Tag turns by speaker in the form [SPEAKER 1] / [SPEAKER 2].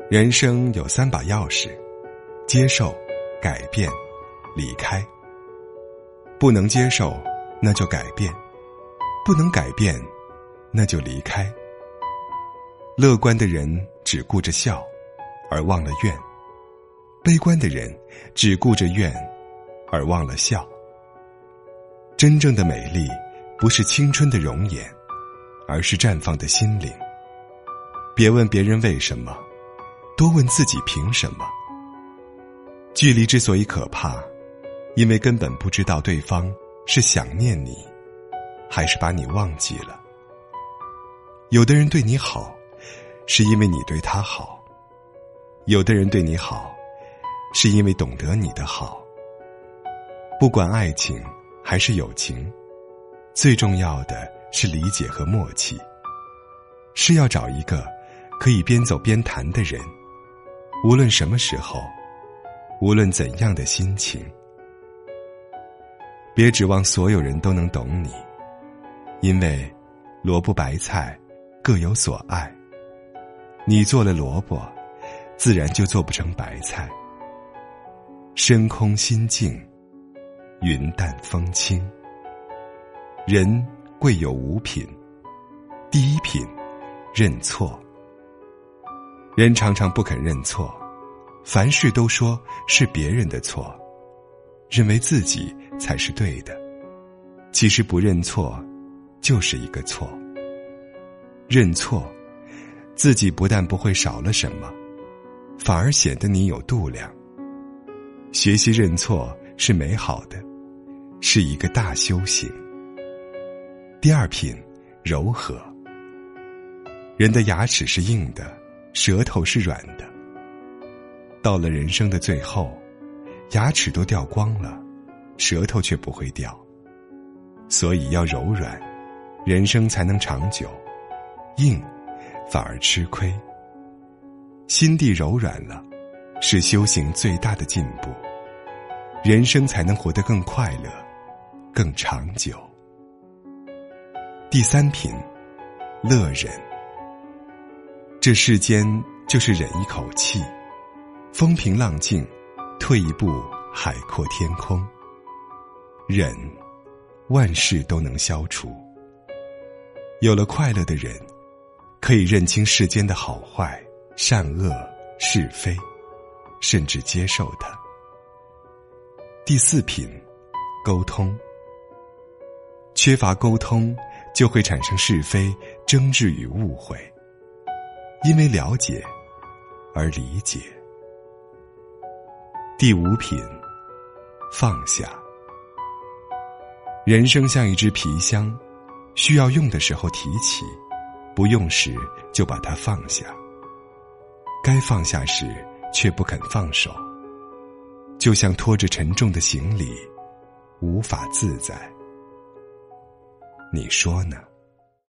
[SPEAKER 1] 人生有3把钥匙：接受、改变、离开。不能接受，那就改变；不能改变，那就离开。乐观的人只顾着笑，而忘了怨；悲观的人只顾着怨，而忘了笑。真正的美丽，不是青春的容颜，而是绽放的心灵。别问别人为什么，多问自己凭什么。距离之所以可怕，因为根本不知道对方是想念你，还是把你忘记了。有的人对你好，是因为你对他好；有的人对你好，是因为懂得你的好。不管爱情还是友情，最重要的是理解和默契，是要找一个可以边走边谈的人，无论什么时候，无论怎样的心情。别指望所有人都能懂你，因为萝卜白菜各有所爱。你做了萝卜，自然就做不成白菜。身空心静，云淡风轻。人贵有5品，第一品，认错。人常常不肯认错，凡事都说是别人的错，认为自己才是对的。其实不认错，就是一个错。认错，自己不但不会少了什么，反而显得你有度量。学习认错是美好的，是一个大修行。第二品，柔和。人的牙齿是硬的，舌头是软的。到了人生的最后，牙齿都掉光了，舌头却不会掉。所以要柔软，人生才能长久。硬反而吃亏。心地柔软了，是修行最大的进步，人生才能活得更快乐，更长久。第3品，乐忍。这世间就是忍一口气，风平浪静，退一步海阔天空。忍，万事都能消除。有了快乐的人，可以认清世间的好坏、善恶、是非，甚至接受它。第4品，沟通。缺乏沟通，就会产生是非、争执与误会。因为了解而理解。第5品，放下。人生像一只皮箱，需要用的时候提起，不用时就把它放下。该放下时却不肯放手，就像拖着沉重的行李，无法自在。你说呢？